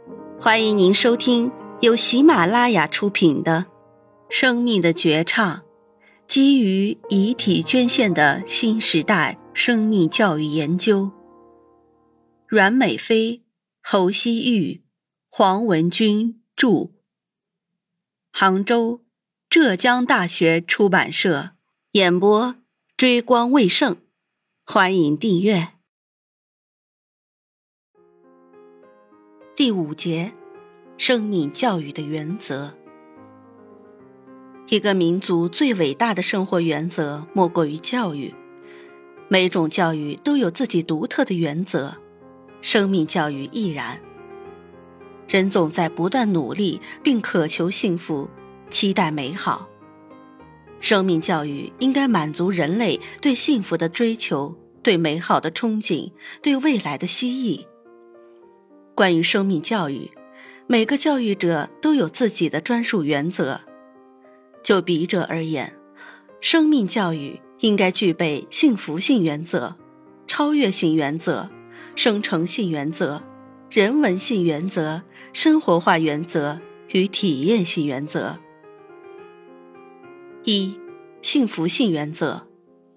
欢迎您收听由喜马拉雅出品的《生命的绝唱》，基于遗体捐献的新时代生命教育研究。阮美飞、侯希玉、黄文军著，杭州浙江大学出版社演播，追光未盛。欢迎订阅。第5节，生命教育的原则。一个民族最伟大的生活原则莫过于教育。每种教育都有自己独特的原则，生命教育亦然。人总在不断努力并渴求幸福，期待美好。生命教育应该满足人类对幸福的追求，对美好的憧憬，对未来的希冀。关于生命教育，每个教育者都有自己的专属原则。就笔者而言，生命教育应该具备幸福性原则、超越性原则、生成性原则、人文性原则、生活化原则与体验性原则。1. 幸福性原则。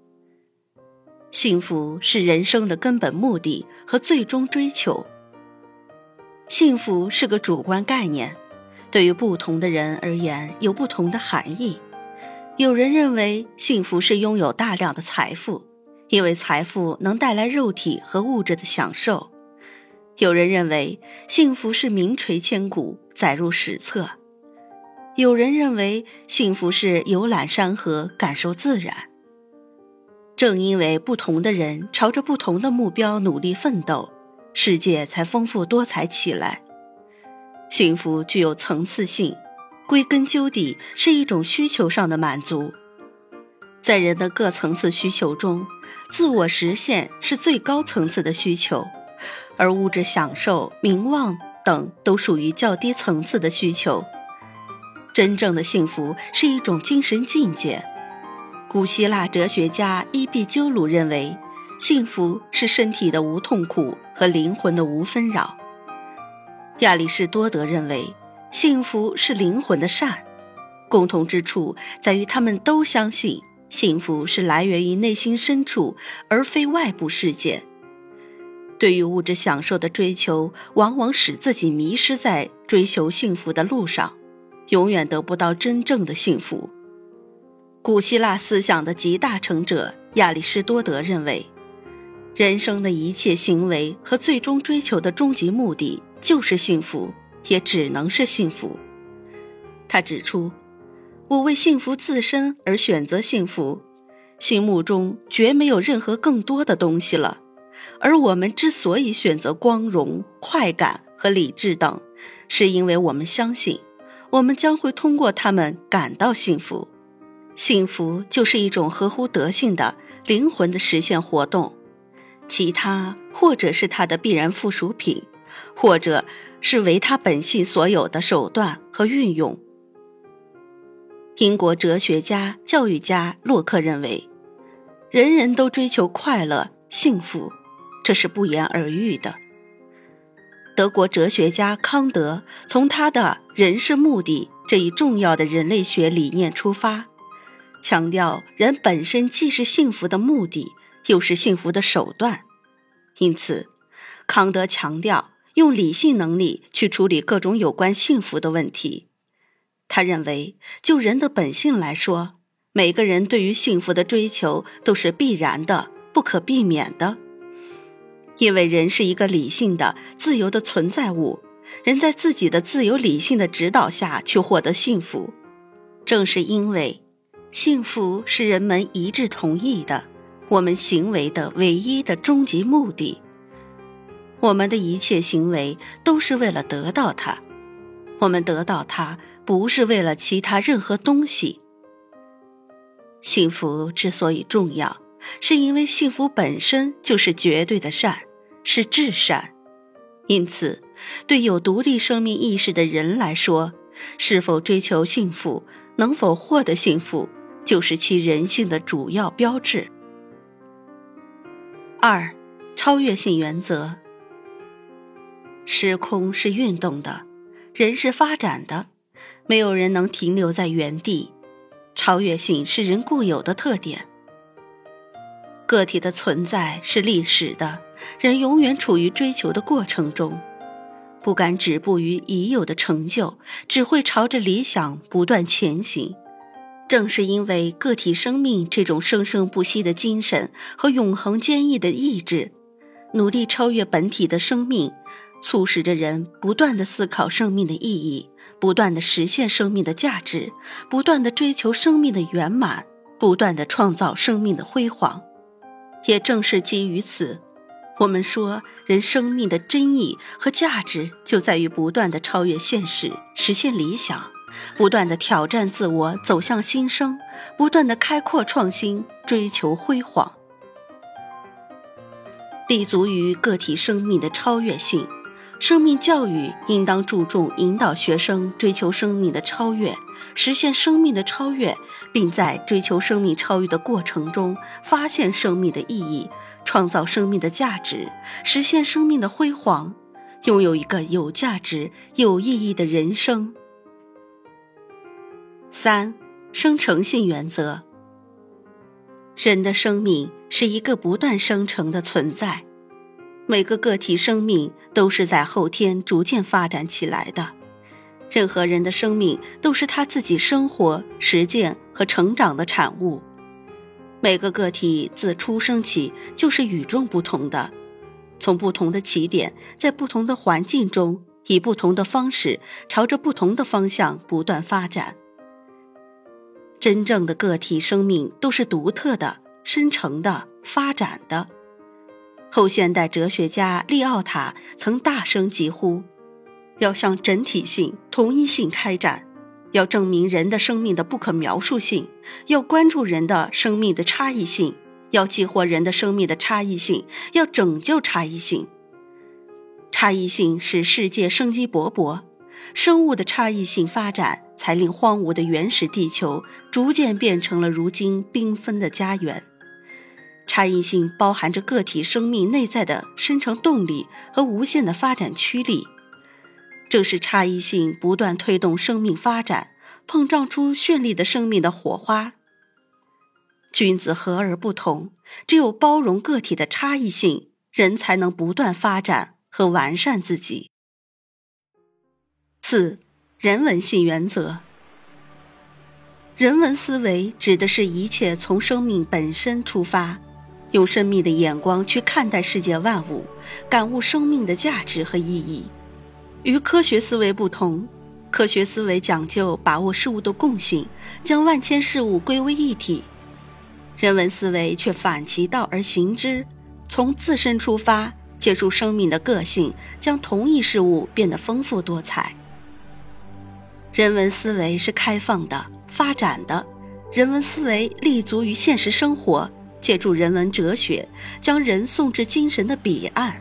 幸福是人生的根本目的和最终追求。幸福是个主观概念，对于不同的人而言有不同的含义。有人认为幸福是拥有大量的财富，因为财富能带来肉体和物质的享受。有人认为幸福是名垂千古，载入史册。有人认为幸福是游览山河，感受自然。正因为不同的人朝着不同的目标努力奋斗，世界才丰富多彩起来。幸福具有层次性，归根究底是一种需求上的满足。在人的各层次需求中，自我实现是最高层次的需求，而物质享受、名望等都属于较低层次的需求。真正的幸福是一种精神境界。古希腊哲学家伊壁鸠鲁认为，幸福是身体的无痛苦和灵魂的无纷扰。亚里士多德认为，幸福是灵魂的善。共同之处在于他们都相信幸福是来源于内心深处，而非外部世界。对于物质享受的追求，往往使自己迷失在追求幸福的路上，永远得不到真正的幸福。古希腊思想的集大成者亚里士多德认为，人生的一切行为和最终追求的终极目的就是幸福，也只能是幸福。他指出，我为幸福自身而选择幸福，心目中绝没有任何更多的东西了。而我们之所以选择光荣、快感和理智等，是因为我们相信，我们将会通过它们感到幸福。幸福就是一种合乎德性的灵魂的实现活动，其他或者是它的必然附属品，或者是为它本性所有的手段和运用。英国哲学家、教育家洛克认为，人人都追求快乐、幸福，这是不言而喻的。德国哲学家康德从他的人是目的这一重要的人类学理念出发，强调人本身既是幸福的目的，又是幸福的手段。因此，康德强调用理性能力去处理各种有关幸福的问题。他认为，就人的本性来说，每个人对于幸福的追求都是必然的、不可避免的。因为人是一个理性的、自由的存在物，人在自己的自由理性的指导下去获得幸福。正是因为幸福是人们一致同意的，我们行为的唯一的终极目的。我们的一切行为都是为了得到它，我们得到它不是为了其他任何东西。幸福之所以重要，是因为幸福本身就是绝对的善，是至善。因此，对有独立生命意识的人来说，是否追求幸福，能否获得幸福，就是其人性的主要标志。2. 超越性原则。 时空是运动的，人是发展的，没有人能停留在原地，超越性是人固有的特点。个体的存在是历史的，人永远处于追求的过程中，不敢止步于已有的成就，只会朝着理想不断前行。正是因为个体生命这种生生不息的精神和永恒坚毅的意志，努力超越本体的生命，促使着人不断地思考生命的意义，不断地实现生命的价值，不断地追求生命的圆满，不断地创造生命的辉煌。也正是基于此，我们说人生命的真意和价值就在于不断地超越现实，实现理想，不断地挑战自我，走向新生，不断地开阔创新，追求辉煌。立足于个体生命的超越性，生命教育应当注重引导学生追求生命的超越，实现生命的超越，并在追求生命超越的过程中发现生命的意义，创造生命的价值，实现生命的辉煌，拥有一个有价值、有意义的人生。3. 生成性原则。人的生命是一个不断生成的存在，每个个体生命都是在后天逐渐发展起来的，任何人的生命都是他自己生活、实践和成长的产物。每个个体自出生起就是与众不同的，从不同的起点，在不同的环境中，以不同的方式，朝着不同的方向不断发展。真正的个体生命都是独特的、生成的、发展的。后现代哲学家利奥塔曾大声疾呼，要向整体性、统一性开展，要证明人的生命的不可描述性，要关注人的生命的差异性，要激活人的生命的差异性，要拯救差异性。差异性使世界生机勃勃，生物的差异性发展才令荒芜的原始地球逐渐变成了如今缤纷的家园。差异性包含着个体生命内在的生成动力和无限的发展驱力，正是差异性不断推动生命发展，碰撞出绚丽的生命的火花。君子和而不同，只有包容个体的差异性，人才能不断发展和完善自己。4. 人文性原则。人文思维指的是一切从生命本身出发，用生命的眼光去看待世界万物，感悟生命的价值和意义。与科学思维不同，科学思维讲究把握事物的共性，将万千事物归为一体。人文思维却反其道而行之，从自身出发，借助生命的个性，将同一事物变得丰富多彩。人文思维是开放的、发展的，人文思维立足于现实生活，借助人文哲学，将人送至精神的彼岸。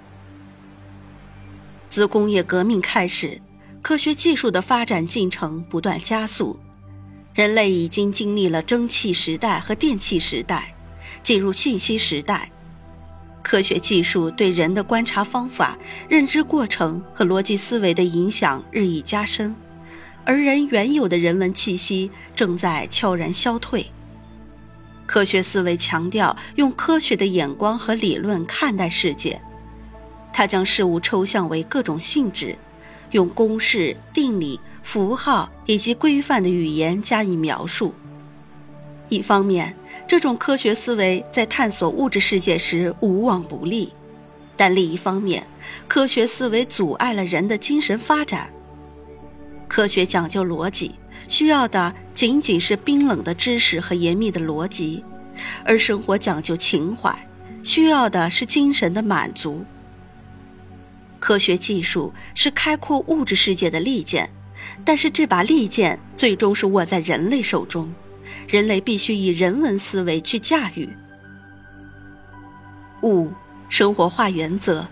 自工业革命开始，科学技术的发展进程不断加速，人类已经经历了蒸汽时代和电气时代，进入信息时代。科学技术对人的观察方法、认知过程和逻辑思维的影响日益加深，而人原有的人文气息正在悄然消退。科学思维强调用科学的眼光和理论看待世界，它将事物抽象为各种性质，用公式、定理、符号以及规范的语言加以描述。一方面，这种科学思维在探索物质世界时无往不利，但另一方面，科学思维阻碍了人的精神发展。科学讲究逻辑，需要的仅仅是冰冷的知识和严密的逻辑，而生活讲究情怀，需要的是精神的满足。科学技术是开阔物质世界的利剑，但是这把利剑最终是握在人类手中，人类必须以人文思维去驾驭。5. 生活化原则。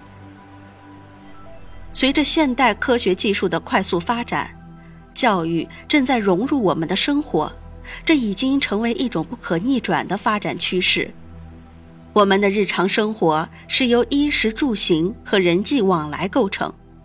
随着现代科学技术的快速发展，教育正在融入我们的生活，这已经成为一种不可逆转的发展趋势。我们的日常生活是由衣食住行和人际往来构成，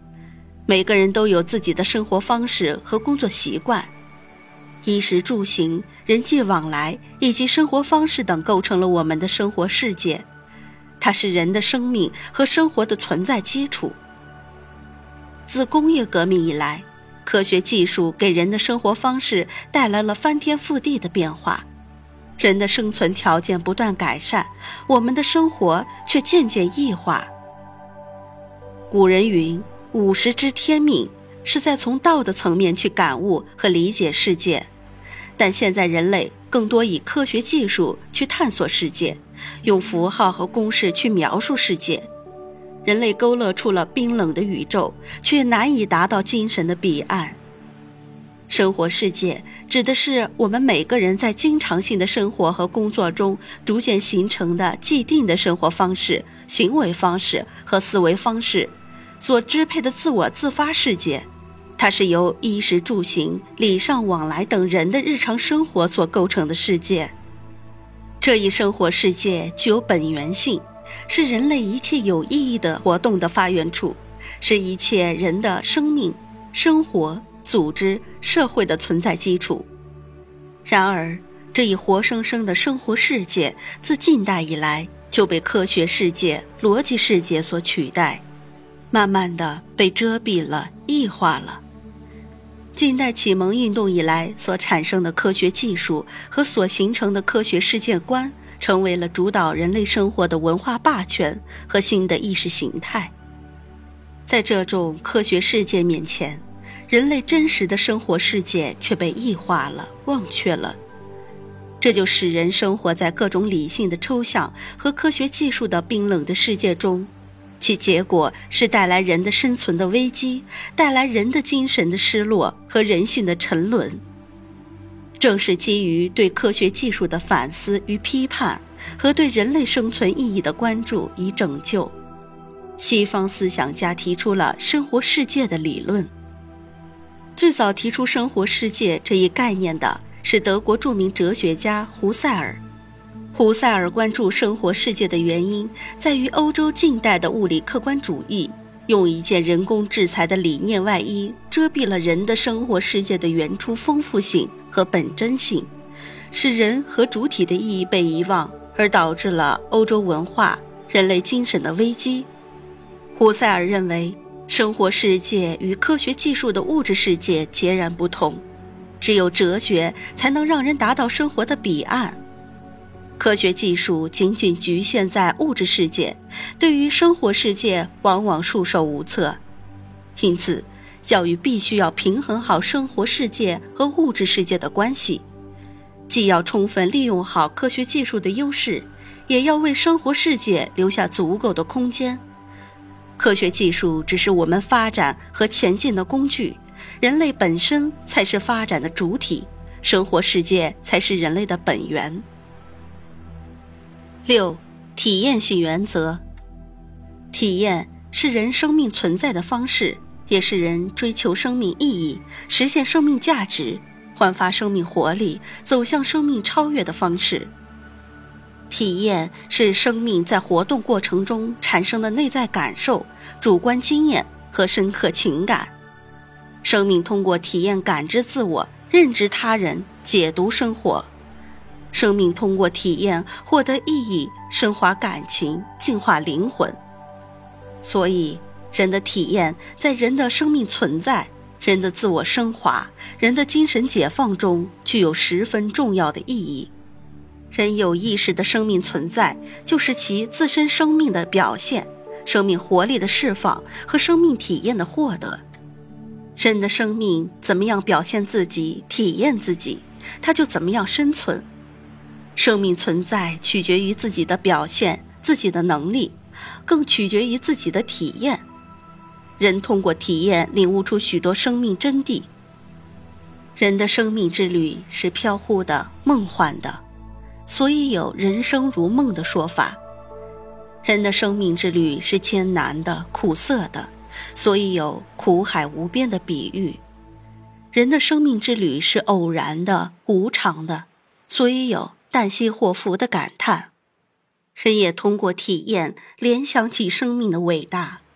每个人都有自己的生活方式和工作习惯，衣食住行、人际往来以及生活方式等构成了我们的生活世界，它是人的生命和生活的存在基础。自工业革命以来，科学技术给人的生活方式带来了翻天覆地的变化，人的生存条件不断改善，我们的生活却渐渐异化。古人云，50知天命，是在从道的层面去感悟和理解世界。但现在人类更多以科学技术去探索世界，用符号和公式去描述世界。人类勾勒出了冰冷的宇宙，却难以达到精神的彼岸。生活世界指的是我们每个人在经常性的生活和工作中逐渐形成的既定的生活方式、行为方式和思维方式所支配的自我自发世界。它是由衣食住行、礼尚往来等人的日常生活所构成的世界。这一生活世界具有本源性，是人类一切有意义的活动的发源处，是一切人的生命、生活、组织、社会的存在基础。然而，这一活生生的生活世界自近代以来就被科学世界、逻辑世界所取代，慢慢地被遮蔽了、异化了。近代启蒙运动以来所产生的科学技术和所形成的科学世界观，成为了主导人类生活的文化霸权和新的意识形态。在这种科学世界面前，人类真实的生活世界却被异化了、忘却了。这就使人生活在各种理性的抽象和科学技术的冰冷的世界中，其结果是带来人的生存的危机，带来人的精神的失落和人性的沉沦。正是基于对科学技术的反思与批判，和对人类生存意义的关注与拯救，西方思想家提出了生活世界的理论。最早提出生活世界这一概念的是德国著名哲学家胡塞尔。胡塞尔关注生活世界的原因，在于欧洲近代的物理客观主义用一件人工制裁的理念外衣遮蔽了人的生活世界的原初丰富性和本真性，使人和主体的意义被遗忘，而导致了欧洲文化、人类精神的危机。胡塞尔认为，生活世界与科学技术的物质世界截然不同，只有哲学才能让人达到生活的彼岸。科学技术仅仅局限在物质世界，对于生活世界往往束手无策。因此，教育必须要平衡好生活世界和物质世界的关系，既要充分利用好科学技术的优势，也要为生活世界留下足够的空间。科学技术只是我们发展和前进的工具，人类本身才是发展的主体，生活世界才是人类的本源。6. 体验性原则。体验是人生命存在的方式，也是人追求生命意义、实现生命价值、焕发生命活力、走向生命超越的方式。体验是生命在活动过程中产生的内在感受、主观经验和深刻情感。生命通过体验感知自我、认知他人、解读生活。生命通过体验获得意义，升华感情，净化灵魂。所以，人的体验在人的生命存在、人的自我升华、人的精神解放中具有十分重要的意义。人有意识的生命存在，就是其自身生命的表现、生命活力的释放和生命体验的获得。人的生命怎么样表现自己、体验自己，他就怎么样生存。生命存在取决于自己的表现、自己的能力，更取决于自己的体验。人通过体验领悟出许多生命真谛。人的生命之旅是飘忽的、梦幻的，所以有人生如梦的说法。人的生命之旅是艰难的、苦涩的，所以有苦海无边的比喻。人的生命之旅是偶然的、无常的，所以有旦夕祸福的感叹。人也通过体验联想起生命的伟大，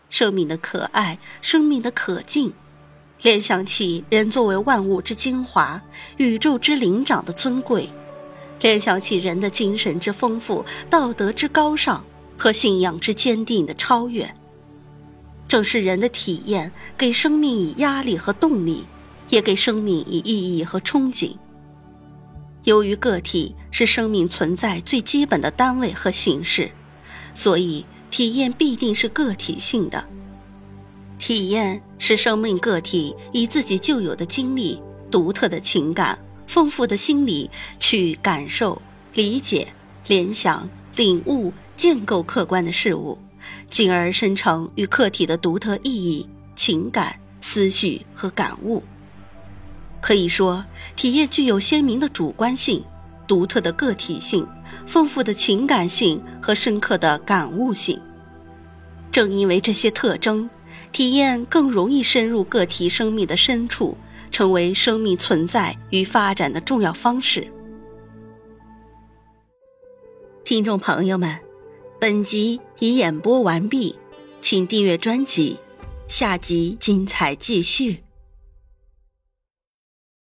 生命的可爱，生命的可敬，联想起人作为万物之精华，宇宙之灵长的尊贵，联想起人的精神之丰富，道德之高尚和信仰之坚定的超越。正是人的体验给生命以压力和动力，也给生命以意义和憧憬。由于个体是生命存在最基本的单位和形式，所以体验必定是个体性的。体验是生命个体以自己旧有的经历、独特的情感、丰富的心理去感受、理解、联想、领悟、建构客观的事物，进而生成与客体的独特意义、情感、思绪和感悟。可以说，体验具有鲜明的主观性、独特的个体性、丰富的情感性和深刻的感悟性。正因为这些特征，体验更容易深入个体生命的深处，成为生命存在与发展的重要方式。听众朋友们，本集已演播完毕，请订阅专辑，下集精彩继续。